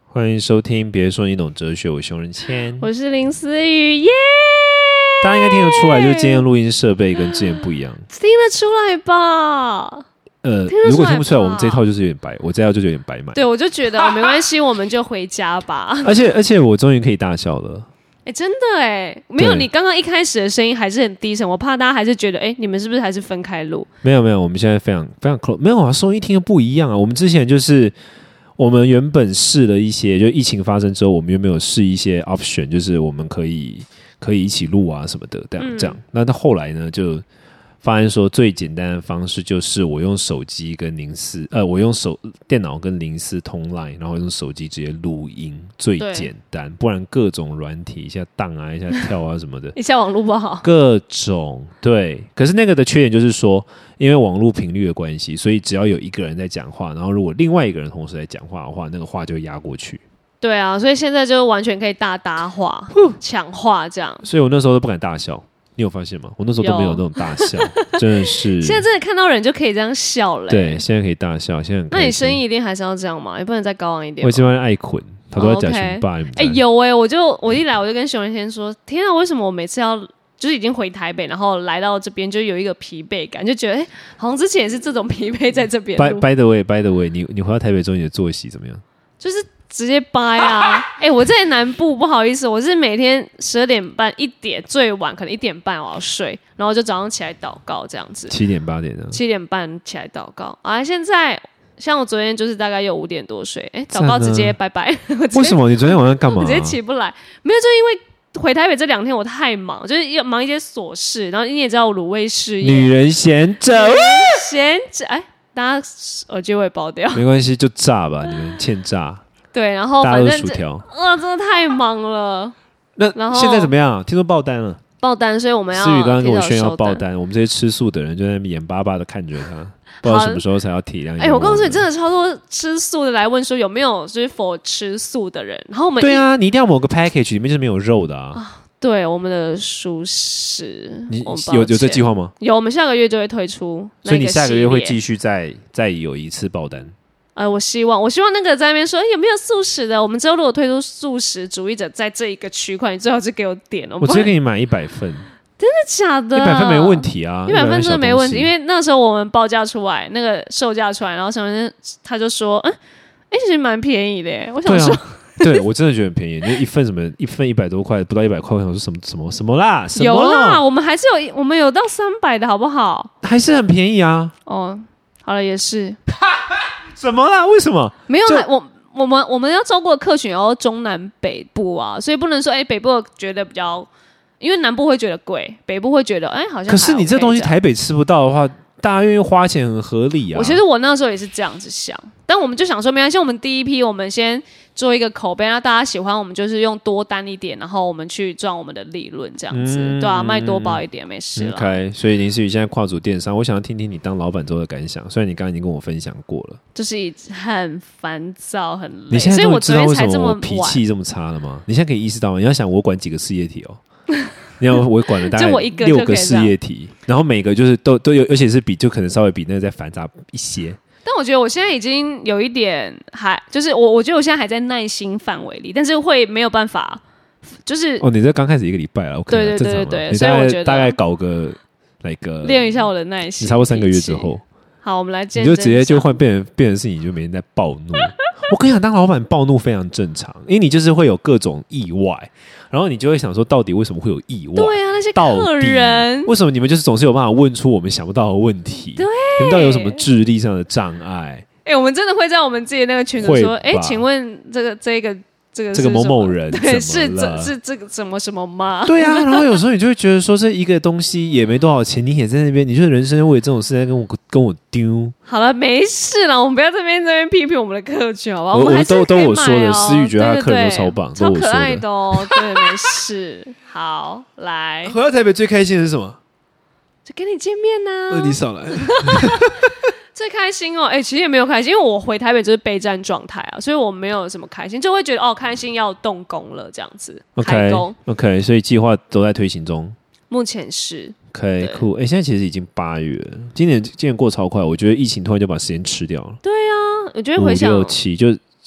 欢迎收听，别说你懂哲学，我熊仁谦， 我是林思雨，耶！ 大家应该听得出来，就是今天录音设备跟之前不一样， 听得出来吧？ 如果听不出来，我们这一套就是有点白，我这一套就是有点白买。 对，我就觉得没关系，我们就回家吧。 而且我终于可以大笑了。 真的没有，你刚刚一开始的声音还是很低沉，我怕大家还是觉得你们是不是还是分开录？ 没有，我们现在非常非常 close， 没有啊，收音听的不一样啊。我们之前就是我们原本试了一些，就疫情发生之后，我们有没有试一些 option， 就是我们可以一起录啊什么的，这样。那后来呢，就发现说最简单的方式就是我用手机跟我用电脑跟林思通 line， 然后用手机直接录音，最简单。不然各种软体一下荡啊，一下跳啊什么的， 一下网络不好， 各种对。可是那个的缺点就是说，因为网络频率的关系，所以只要有一个人在讲话，然后如果另外一个人同时在讲话的话，那个话就会压过去。 对啊，所以现在就完全可以大搭话、抢话这样。 所以我那时候都不敢大笑。你有发现吗？我那时候都没有那种大笑，真的是。现在真的看到人就可以这样笑了。 对，现在可以大笑，现在很开心。 那你声音一定还是要这样嘛？也不能再高昂一点。 我喜欢爱捆，他都在讲熊爸。 有我一来我就跟熊仁谦说：天啊，为什么我每次要就是已经回台北，然后来到这边就有一个疲惫感，就觉得好像之前也是这种疲惫在这边。 By the way， 你回到台北之后，你的作息怎么样？ 就是直接掰啊！我在南部，不好意思，我是每天12点半1点，最晚可能1点半我要睡，然后就早上起来祷告这样子。 7点8点的 ，7点半起来祷告啊！现在像我昨天就是大概又5点多睡，祷告直接拜拜。 为什么？你昨天晚上干嘛？ 我直接起不来，没有，就因为回台北这2天我太忙，就是要忙一些琐事，然后你也知道我卤味事业， 女人闲着， 大家耳机会爆掉， 没关系，就炸吧，你们欠炸。 对，然后反正薯条， 真的太忙了。 那现在怎么样？听说爆单了， 所以我们要。 思雨刚刚跟我炫耀爆单，我们这些吃素的人就在那边眼巴巴的看着他，不知道什么时候才要体谅。 我告诉你，真的超多吃素的来问说有没有就是 for 吃素的人，然后我们对啊，你一定要某个 package 里面就是没有肉的啊。 对，我们的蔬食， 你有这计划吗？ 有，我们下个月就会推出， 所以你下个月会继续再有一次爆单。 我希望那个在那边说有没有素食的，我们之后如果推出素食主义者在这一个区块，你最好是给我点我直接给你买100份。 真的假的 ？100份没问题啊 ，100份真的没问题，因为那时候我们报价出来，那个售价出来，然后小人他就说，其实蛮便宜的耶。我想说， 对我真的觉得很便宜，就一份100多块，不到100块，我想说什么啦？ 有啦，我们还是我们有到300的好不好？ 还是很便宜啊。 好了，也是。 怎么啦？为什么？ 没有我们要照顾的客群要中南北部啊，所以不能说北部觉得比较，因为南部会觉得贵，北部会觉得好像还 OK。可是你这东西台北吃不到的话，大家愿意花钱很合理啊。 其实我那时候也是这样子想，但我们就想说没关系，我们第一批我们先做一个口碑，让大家喜欢，我们就是用多单一点，然后我们去赚我们的利润，这样子，对啊，卖多包一点没事了。 OK， 所以林思雨现在跨足电商，我想要听听你当老板之后的感想。虽然你刚刚已经跟我分享过了， 就是很烦躁、很累。 你现在所以我昨天才这么脾气这么差了吗？你现在可以意识到吗？你要想，我管几个事业体哦。你要我管了大概6个事业体，然后每个就是都有，而且是就可能稍微比那个再繁杂一些。 但我觉得我现在已经有一点就是我觉得我现在还在耐心范围里，但是会没有办法，就是你这刚开始1个礼拜了， 对， 所以我觉得大概搞个练一下我的耐心， 你差不多3个月之后， 好，我们来见你就直接就会变成是你就每天在暴怒。我跟你讲，当老板暴怒非常正常，因为你就是会有各种意外，然后你就会想说，到底为什么会有意外？ 对啊，那些客人为什么你们就是总是有办法问出我们想不到的问题？ 对， 你们到底有什么智力上的障碍？ 我们真的会在我们自己的那个群组说，请问这个某某人对是这个什么吗？ 对啊，然后有时候你就会觉得说，这一个东西也没多少钱，你也在那边，你就是人生为这种事在跟我丢。 好了，没事了，我们不要这边批评我们的客群，好不好？ 我们都我说的，思雨觉得他的客人都超棒， 超可爱的哦。对，没事。好，来， 回到台北最开心的是什么？ 就跟你见面啊。 你少来。 最开心哦，其实也没有开心，因为我回台北就是备战状态啊，所以我没有什么开心，就会觉得开心要动工了这样子。开工 OK， 所以计划都在推行中。 目前是 OK， 酷。现在其实已经8月了，今年过超快，我觉得疫情突然就把时间吃掉了。 对啊，我觉得回想 5、6、7就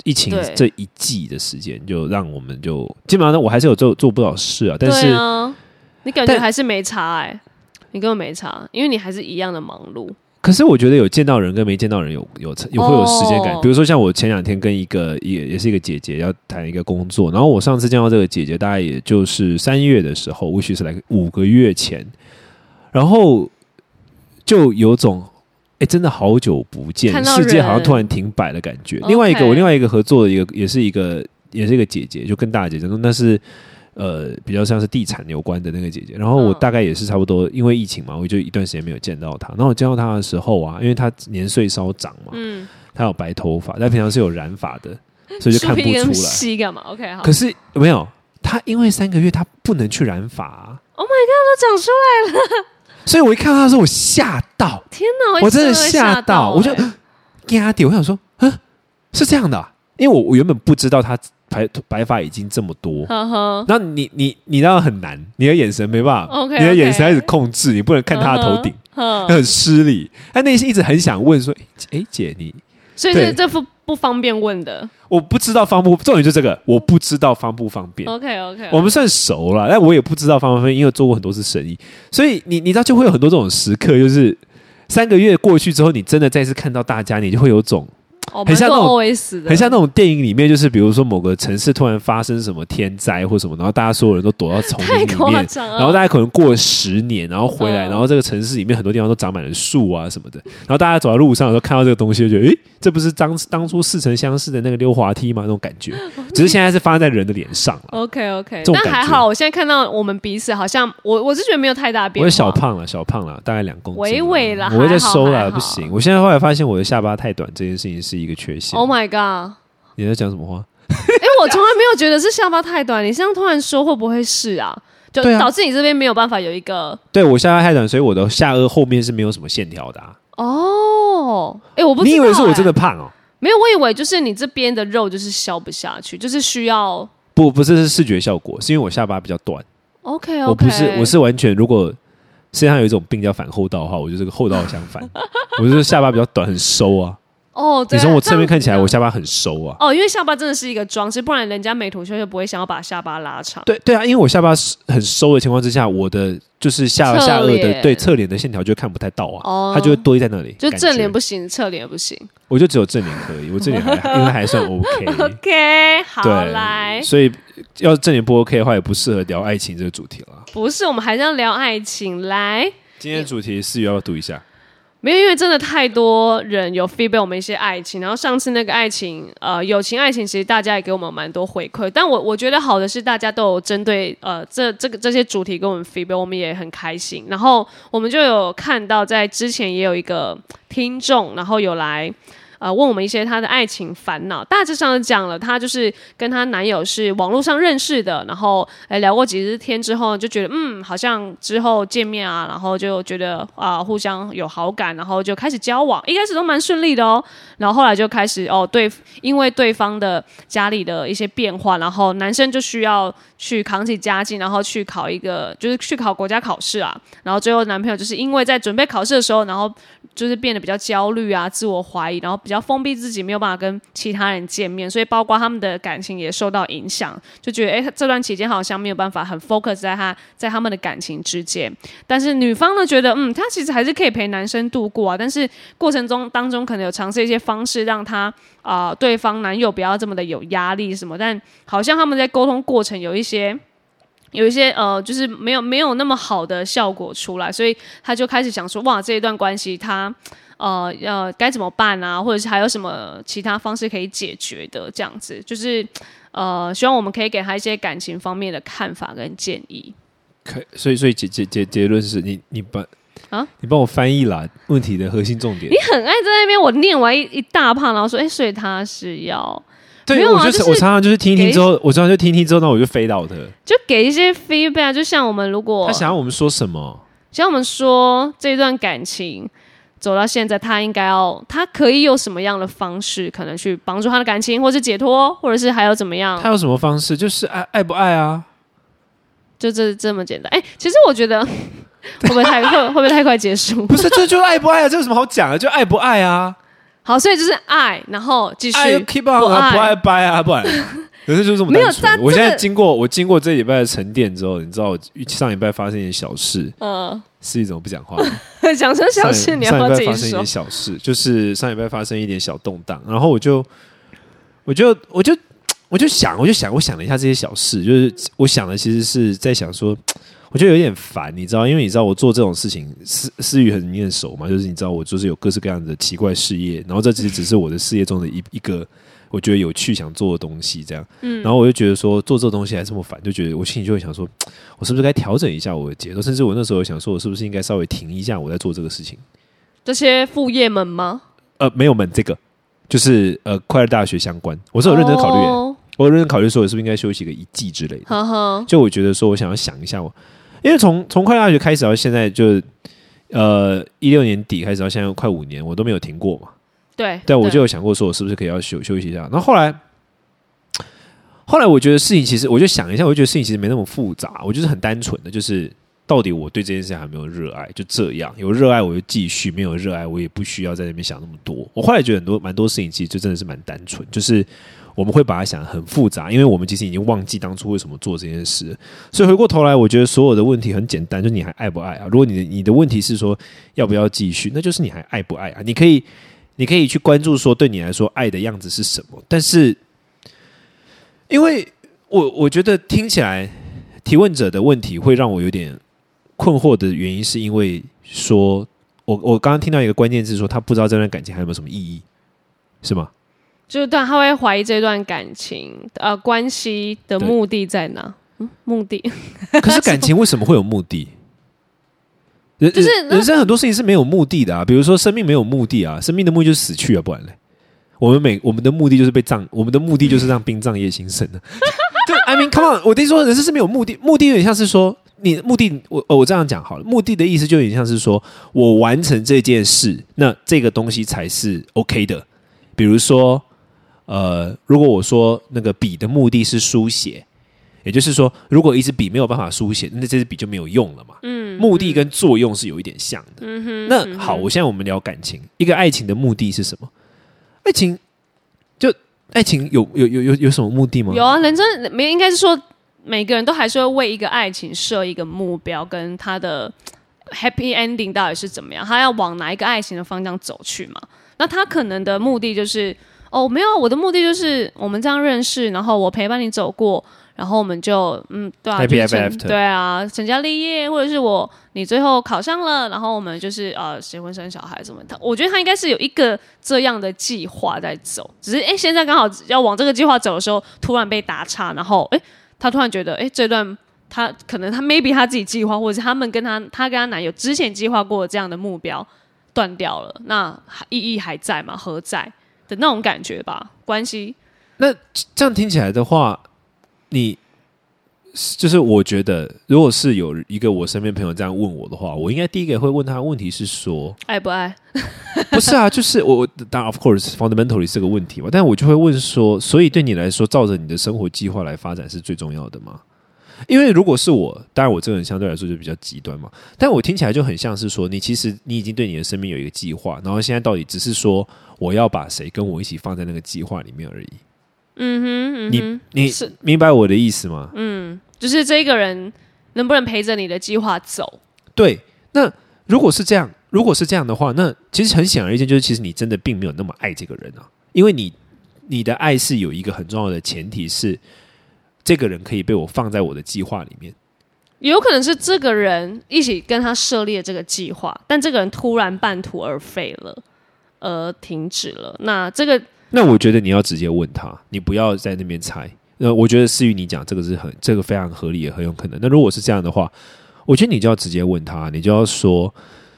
疫情这一季的时间，就让我们就基本上我还是有做不少事啊，但是对啊，你感觉还是没差你根本没差，因为你还是一样的忙碌。 可是我觉得有见到人跟没见到人会有时间感，比如说像我前2天跟也是一个姐姐要谈一个工作，然后我上次见到这个姐姐大概也就是3月的时候 ，which is like 5个月前，然后就有种真的好久不见，世界好像突然停摆的感觉。另外一个合作的也是一个姐姐，就更大的姐姐，那是比较像是地产有关的那个姐姐。然后我大概也是差不多，因为疫情嘛，我就一段时间没有见到她。然后我见到她的时候啊，因为她年岁稍长嘛，她有白头发，但平常是有染发的，所以就看不出来。 洗干嘛 ？OK 好。 可是没有，她因为3个月她不能去染发啊。 Oh my god， 都长出来了。 所以我一看到她的时候，我吓到， 天哪！ 我真的吓到，我就压掉。我想说，是这样的因为我原本不知道她白发已经这么多，然后你知道很难，你的眼神没办法，你的眼神开始控制，你不能看她的头顶，很失礼。但内心一直很想问说，姐你， 所以这不方便问的， 我不知道重点就这个，我不知道方不方便。 OK， 我们算熟了，但我也不知道方不方便，因为做过很多次生意，所以你知道就会有很多这种时刻，就是3个月过去之后，你真的再次看到大家，你就会有种。很像那种电影里面，就是比如说某个城市突然发生什么天灾或什么，然后大家所有人都躲到丛林里面，然后大家可能过了10年，然后回来，然后这个城市里面很多地方都长满了树啊什么的，然后大家走在路上的时候看到这个东西，就觉得这不是当初似曾相识的那个溜滑梯吗？那种感觉，只是现在是发生在人的脸上了。 OK， 但还好，我现在看到我们彼此好像我是觉得没有太大变化。 我小胖了，大概2公斤， 微微啦， 我会再收了，不行。我现在后来发现我的下巴太短，这件事情是一个缺陷。 Oh my god！ 你在讲什么话？ 我从来没有觉得是下巴太短，你这样突然说会不会是啊？就导致你这边没有办法有一个。 对，我下巴太短，所以我的下颚后面是没有什么线条的我不知道。 你以为是我真的胖没有，我以为就是你这边的肉就是消不下去，就是需要。 不是视觉效果，是因为我下巴比较短。 OK， 我是完全，如果世界上有一种病叫反厚道的话，我就是个厚道相反。我就是下巴比较短，很收啊。 对， 你从我侧面看起来，我下巴很收啊。 因为下巴真的是一个装饰，不然人家美图秀秀不会想要把下巴拉长。 对啊，因为我下巴很收的情况之下，我的就是下颚的侧脸的线条就看不太到啊，它就会堆在那里。 就正脸不行，侧脸不行。 我就只有正脸可以，我正脸因为还算 OK。好，来。 所以要正脸不 OK 的话，也不适合聊爱情这个主题了。 不是，我们还是要聊爱情。来， 今天的主题4月要读一下。 没有，因为真的太多人有 feedback 我们一些爱情，然后上次那个爱情，友情爱情，其实大家也给我们蛮多回馈。但我觉得好的是，大家都有针对这些主题跟我们 feedback， 我们也很开心。然后我们就有看到，在之前也有一个听众，然后有来。问我们一些她的爱情烦恼，大致上讲了，她就是跟她男友是网络上认识的，然后聊过几次天之后，就觉得好像之后见面啊，然后就觉得互相有好感，然后就开始交往，一开始都蛮顺利的然后后来就开始因为对方的家里的一些变化，然后男生就需要去扛起家计，然后去考就是去考国家考试啊，然后最后男朋友就是因为在准备考试的时候，然后就是变得比较焦虑啊，自我怀疑，然后比较封闭自己，没有办法跟其他人见面，所以包括他们的感情也受到影响，就觉得这段期间好像没有办法很 focus 在他们的感情之间。但是女方呢觉得她其实还是可以陪男生度过啊，但是过程当中可能有尝试一些方式让他对方男友不要这么的有压力什么，但好像他们在沟通过程有一些就是没有那么好的效果出来，所以他就开始想说，哇，这一段关系他该怎么办啊？或者是还有什么其他方式可以解决的？这样子，就是希望我们可以给他一些感情方面的看法跟建议。 所以结论是你帮我翻译啦问题的核心重点。 你很爱在那边我念完一大趴，然后说，所以他是要。 对，我常常就是听听之后，那我就飞到的， 就给一些 feedback， 就像我们如果他想要我们说什么， 像我们说这段感情走到现在，他可以有什么样的方式，可能去帮助他的感情，或是解脱，或者是还有怎么样？ 他有什么方式？就是爱不爱啊？ 就这么简单。其实我觉得会不会太快结束？ 不是，这就爱不爱啊？这有什么好讲的？就爱不爱啊？ 好，所以就是爱，然后继续爱 keep on 不爱掰啊，不然。可是就这么单纯。我现在经过这礼拜的沉淀之后，你知道我上礼拜发生一件小事，是一种不讲话。 讲成小事，你要不要自己说？上礼拜发生一点小事，就是上礼拜发生一点小动荡，然后我想了一下这些小事，就是我想的其实是在想说，我觉得有点烦，你知道，因为你知道我做这种事情，思雨你很熟嘛，就是你知道我就是有各式各样的奇怪事业，然后这其实只是我的事业中的一个。我觉得有趣想做的东西，这样，然后我就觉得说做这个东西还这么烦，就觉得我心里就会想说，我是不是该调整一下我的节奏？甚至我那时候有想说，我是不是应该稍微停一下我在做这个事情？ 这些副业们吗？ 没有们这个，就是快乐大学相关，我是有认真考虑，我有认真考虑说，我是不是应该休息个1季之类的？就我觉得说，我想要想一下因为从快乐大学开始到现在，就16年底开始到现在快5年，我都没有停过嘛。对，我就有想过说，我是不是可以要休息一下？然后后来我觉得事情其实，我就想一下，我就觉得事情其实没那么复杂，我就是很单纯的，就是到底我对这件事情还没有热爱，就这样。有热爱我就继续，没有热爱我也不需要在那边想那么多。我后来觉得蛮多事情其实就真的是蛮单纯，就是我们会把它想得很复杂，因为我们其实已经忘记当初为什么做这件事。所以回过头来，我觉得所有的问题很简单，就是你还爱不爱啊？如果你的问题是说要不要继续，那就是你还爱不爱啊？你可以去关注说，对你来说爱的样子是什么？但是，因为我觉得听起来提问者的问题会让我有点困惑的原因，是因为说我刚刚听到一个关键字，说他不知道这段感情还有没有什么意义，是吗？ 就是他会怀疑这段感情关系的目的在哪？目的？ 可是感情为什么会有目的？就是人生很多事情是没有目的的啊，比如说生命没有目的啊，生命的目的就是死去啊，不然嘞，我们的目的就是我们的目的就是让殡葬业兴盛的。就 I mean come on， 我的意思说人生是没有目的，目的有点像是说你目的，我这样讲好了，目的的意思就有点像是说我完成这件事，那这个东西才是 OK 的。比如说如果我说那个笔的目的是书写。也就是说，如果一支笔没有办法书写，那这支笔就没有用了嘛。目的跟作用是有一点像的。那好，我们聊感情，一个爱情的目的是什么？爱情有什么目的吗？ 有啊，人生应该是说每个人都还是会为一个爱情设一个目标，跟他的 happy ending 到底是怎么样，他要往哪一个爱情的方向走去嘛？那他可能的目的就是没有，我的目的就是我们这样认识，然后我陪伴你走过。然后我们就对啊 ，happy ever after， 对啊，成家立业，或者是你最后考上了，然后我们就是结婚生小孩什么的。我觉得他应该是有一个这样的计划在走，只是现在刚好要往这个计划走的时候，突然被打岔，然后他突然觉得这段他可能他 maybe 他自己计划，或者是他跟他男友之前计划过的这样的目标断掉了，那意义还在吗？何在的那种感觉吧？关系。 那这样听起来的话。你就是我觉得，如果是有一个我身边朋友这样问我的话，我应该第一个会问他的问题是说， 爱不爱？ 不是啊，就是我当然 of course fundamentally 是这个问题嘛，但我就会问说，所以对你来说，照着你的生活计划来发展是最重要的吗？因为如果是我，当然我这个人相对来说就比较极端嘛，但我听起来就很像是说，你其实你已经对你的生命有一个计划，然后现在到底只是说我要把谁跟我一起放在那个计划里面而已。你明白我的意思吗？ 就是这个人能不能陪着你的计划走？ 对，那如果是这样的话，那其实很显而易见，就是其实你真的并没有那么爱这个人啊，因为你的爱是有一个很重要的前提是，这个人可以被我放在我的计划里面。 有可能是这个人一起跟他设立了这个计划，但这个人突然半途而废了，而停止了。 那我觉得你要直接问他，你不要在那边猜。我觉得思雨你讲这个非常合理，也很有可能。那如果是这样的话，我觉得你就要直接问他，你就要说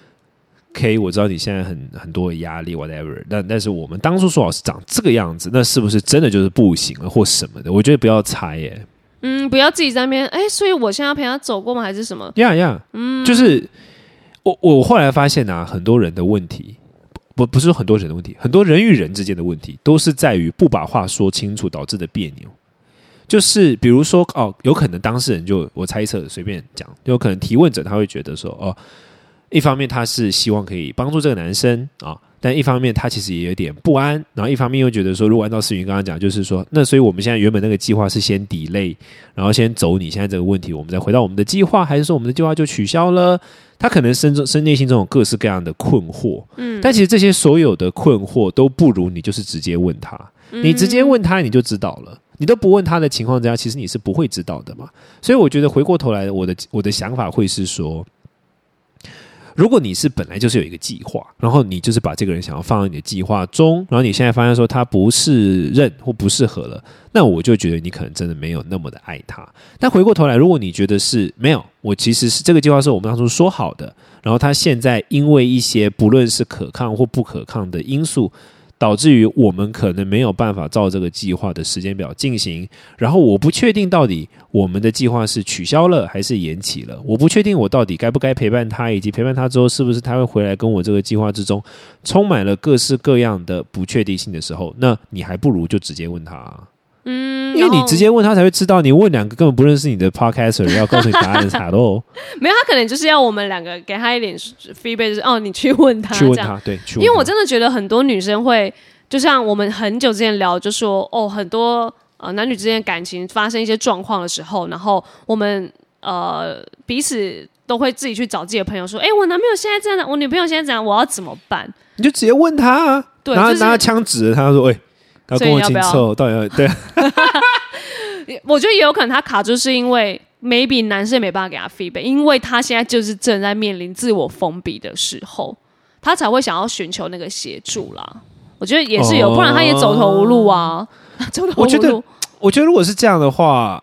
，K， 我知道你现在很多的压力 ，whatever， 但是我们当初说好是长这个样子，那是不是真的就是不行了或什么的？我觉得不要猜耶。 不要自己在那边所以我现在要陪他走过吗？还是什么？ 就是我后来发现啊，很多人的问题。不是说很多人的问题，很多人与人之间的问题都是在于不把话说清楚导致的别扭。就是比如说有可能当事人我猜测随便讲，有可能提问者他会觉得说一方面他是希望可以帮助这个男生但一方面他其实也有点不安，然后一方面又觉得说，如果按照思云刚刚讲，就是说，那所以我们现在原本那个计划是先 delay， 然后先走你现在这个问题，我们再回到我们的计划，还是说我们的计划就取消了？他可能内心中有各式各样的困惑，但其实这些所有的困惑都不如你就是直接问他，你直接问他你就知道了。你都不问他的情况之下，其实你是不会知道的嘛。所以我觉得回过头来，我的想法会是说，如果你是本来就是有一个计划，然后你就是把这个人想要放在你的计划中，然后你现在发现说他不是人或不适合了，那我就觉得你可能真的没有那么的爱他。但回过头来，如果你觉得是没有，我其实是这个计划是我们当初说好的，然后他现在因为一些不论是可抗或不可抗的因素，导致于我们可能没有办法照这个计划的时间表进行，然后我不确定到底我们的计划是取消了还是延期了，我不确定我到底该不该陪伴他，以及陪伴他之后是不是他会回来跟我这个计划之中充满了各式各样的不确定性的时候，那你还不如就直接问他因为你直接问他才会知道，你问两个根本不认识你的 podcaster 要告诉你答案的啥咯没有，他可能就是要我们两个给他一点 feedback， 就是你去问他， 去问他，对，去问他。 因为我真的觉得很多女生会，就像我们很久之前聊，就说很多男女之间的感情发生一些状况的时候，然后我们彼此都会自己去找自己的朋友说，我男朋友现在这样，我女朋友现在这样，我要怎么办？ 你就直接问他啊， 对， 然后拿枪指着他说，他跟我亲凑，到底要对？ 我觉得也有可能他卡住是因为 maybe 男生没办法给他 feedback， 因为他现在就是正在面临自我封闭的时候，他才会想要寻求那个协助啦。我觉得也是有，不然他也走投无路啊。走投无路。 我觉得如果是这样的话，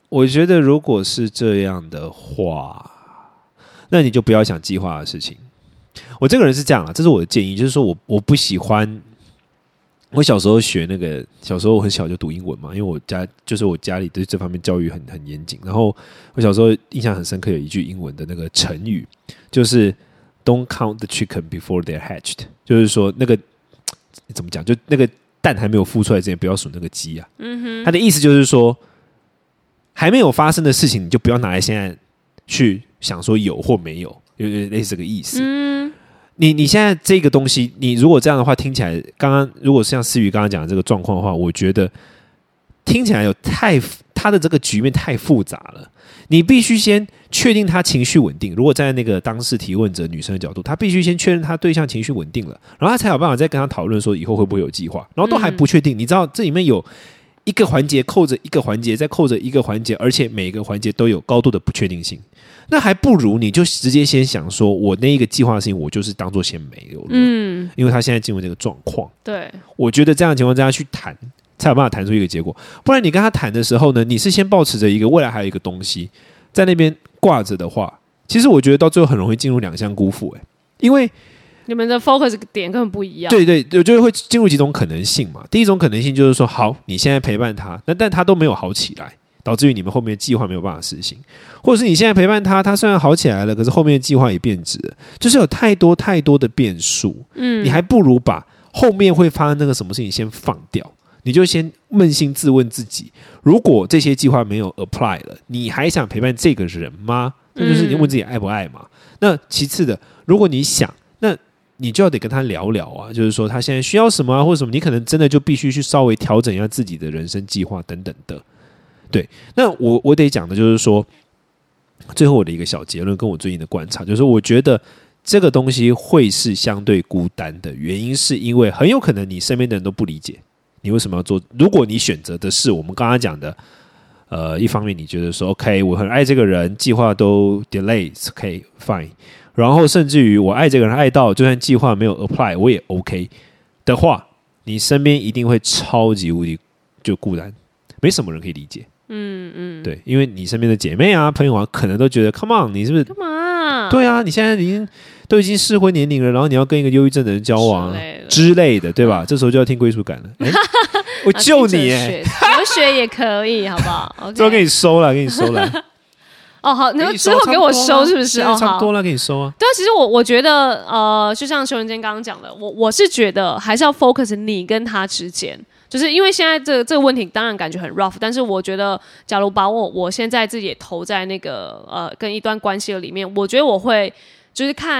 那你就不要想计划的事情。我这个人是这样啊，这是我的建议，就是说我不喜欢。我小时候小时候我很小就读英文嘛，因为我家里对这方面教育很严谨。然后我小时候印象很深刻，有一句英文的那个成语，就是 "Don't count the chicken before they're hatched"， 就是说那个怎么讲，就那个蛋还没有孵出来之前，不要数那个鸡啊。他的意思就是说，还没有发生的事情，你就不要拿来现在去想说有或没有，有点类似这个意思。你现在这个东西，你如果这样的话，听起来刚刚如果像思雨刚刚讲的这个状况的话，我觉得听起来他的这个局面太复杂了。你必须先确定他情绪稳定。如果站在那个当事提问者女生的角度，他必须先确认他对象情绪稳定了，然后他才有办法再跟他讨论说以后会不会有计划。然后都还不确定，你知道这里面有一个环节扣着一个环节，再扣着一个环节，而且每个环节都有高度的不确定性。那还不如你就直接先想说，我那一个计划的事情，我就是当做先没有了。因为他现在进入这个状况。对，我觉得这样的情况之下去谈，才有办法谈出一个结果。不然你跟他谈的时候呢，你是先抱持着一个未来还有一个东西在那边挂着的话，其实我觉得到最后很容易进入两相辜负。因为你们的 focus 点根本不一样。 对对，我觉得会进入几种可能性嘛。第一种可能性就是说，好，你现在陪伴他，但他都没有好起来，导致于你们后面的计划没有办法实行，或者是你现在陪伴他，他虽然好起来了，可是后面的计划也变质了，就是有太多太多的变数。你还不如把后面会发生那个什么事情先放掉，你就先扪心自问自己，如果这些计划没有 apply 了，你还想陪伴这个人吗？那就是你问自己爱不爱嘛。那其次的，如果你想，那你就要得跟他聊聊啊，就是说他现在需要什么啊，或者什么，你可能真的就必须去稍微调整一下自己的人生计划等等的。对，那我得讲的就是说，最后我的一个小结论跟我最近的观察，就是我觉得这个东西会是相对孤单的原因，是因为很有可能你身边的人都不理解你为什么要做。如果你选择的是我们刚刚讲的，一方面你觉得说 OK 我很爱这个人，计划都 delay OK fine， 然后甚至于我爱这个人爱到就算计划没有 apply 我也 OK 的话，你身边一定会超级无敌就孤单，没什么人可以理解。对，因为你身边的姐妹啊朋友啊可能都觉得 come on 你是不是干嘛对啊，你现在都已经适婚年龄了，然后你要跟一个忧郁症的人交往之类的，对吧？这时候就要听归属感了。我救你哲学也可以好不好？ 最后给你收了好，你之后给我收是不是？ 差不多了，给你收啊。 对啊，其实我觉得就像修仁坚刚刚讲的，我是觉得还是要 focus 你跟他之间。就是因为现在这个问题当然感觉很 rough， 但是我觉得假如把我现在自己也投在那个跟一段关系的里面，我觉得我会就是看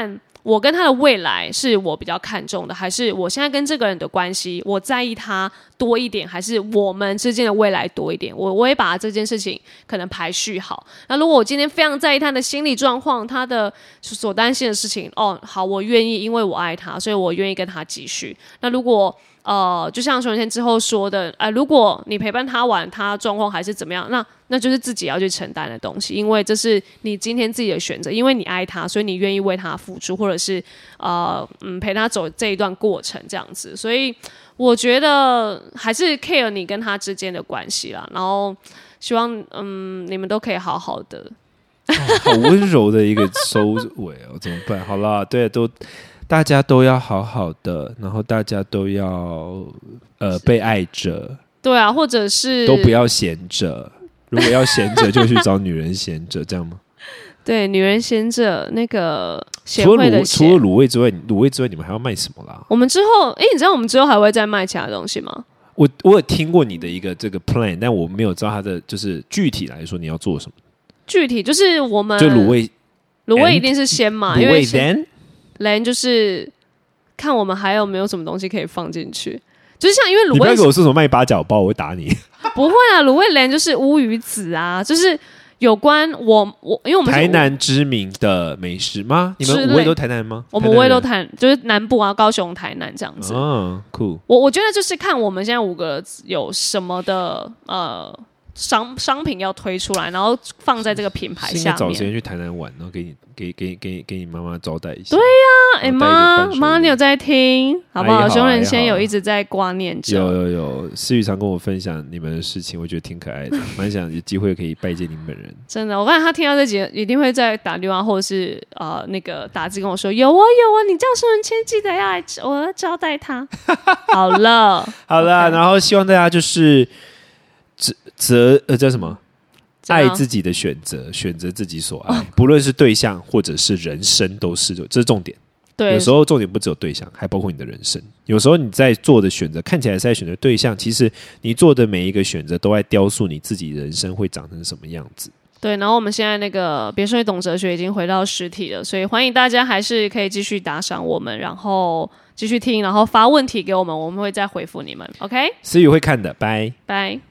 我跟他的未来是我比较看重的，还是我现在跟这个人的关系，我在意他多一点，还是我们之间的未来多一点？我会把这件事情可能排序好。那如果我今天非常在意他的心理状况，他的所担心的事情，好，我愿意，因为我爱他，所以我愿意跟他继续。那如果就像熊仁谦之后说的，如果你陪伴他玩，他状况还是怎么样，那就是自己要去承担的东西，因为这是你今天自己的选择，因为你爱他，所以你愿意为他付出，或者是陪他走这一段过程这样子。所以我觉得还是 care 你跟他之间的关系啦，然后希望你们都可以好好的。 好温柔的一个收尾哦，怎么办？好啦，对，大家都要好好的，然后大家都要被爱着， 对啊，或者是都不要闲着。如果要闲着，就去找女人闲着，这样吗？ 对，女人闲着那个贤惠的除了卤味之外，你们还要卖什么啦？ 我们之后，你知道我们之后还会再卖其他东西吗？ 我有听过你的一个这个 plan， 但我没有知道它的就是具体来说你要做什么。具体就是我们就卤味一定是先嘛， 卤味 then 就是看我们还有没有什么东西可以放进去。就是像因为卤味， 你不要给我说什么卖八角包，我会打你。 不会啊，卤味连就是乌鱼子啊，就是有关我，因为我们台南知名的美食吗？你们五味都台南吗？ 我们五味都就是南部啊，高雄、台南这样子。 酷。 我觉得就是看我们现在5个有什么的商品要推出来，然后放在这个品牌下面。 找时间去台南玩，然后给你妈妈招待一下。 对呀，妈，你有在听，好不好？熊仁谦有一直在挂念着。 有，思雨常跟我分享你们的事情，我觉得挺可爱的，蛮想有机会可以拜见你本人。 真的，我看他听到这集一定会再打电话，或者是那个打字跟我说，有啊，你叫熊仁谦记得要来，我要招待他。好了， okay. 然后希望大家就是叫什么？爱自己的选择，选择自己所爱，不论是对象或者是人生，都是这是重点。对，有时候重点不只有对象，还包括你的人生。有时候你在做的选择看起来是在选择对象，其实你做的每一个选择都在雕塑你自己人生会长成什么样子。对，然后我们现在那个别说你懂哲学已经回到实体了，所以欢迎大家还是可以继续打赏我们，然后继续听，然后发问题给我们，我们会再回复你们。OK，思雨会看的，拜拜。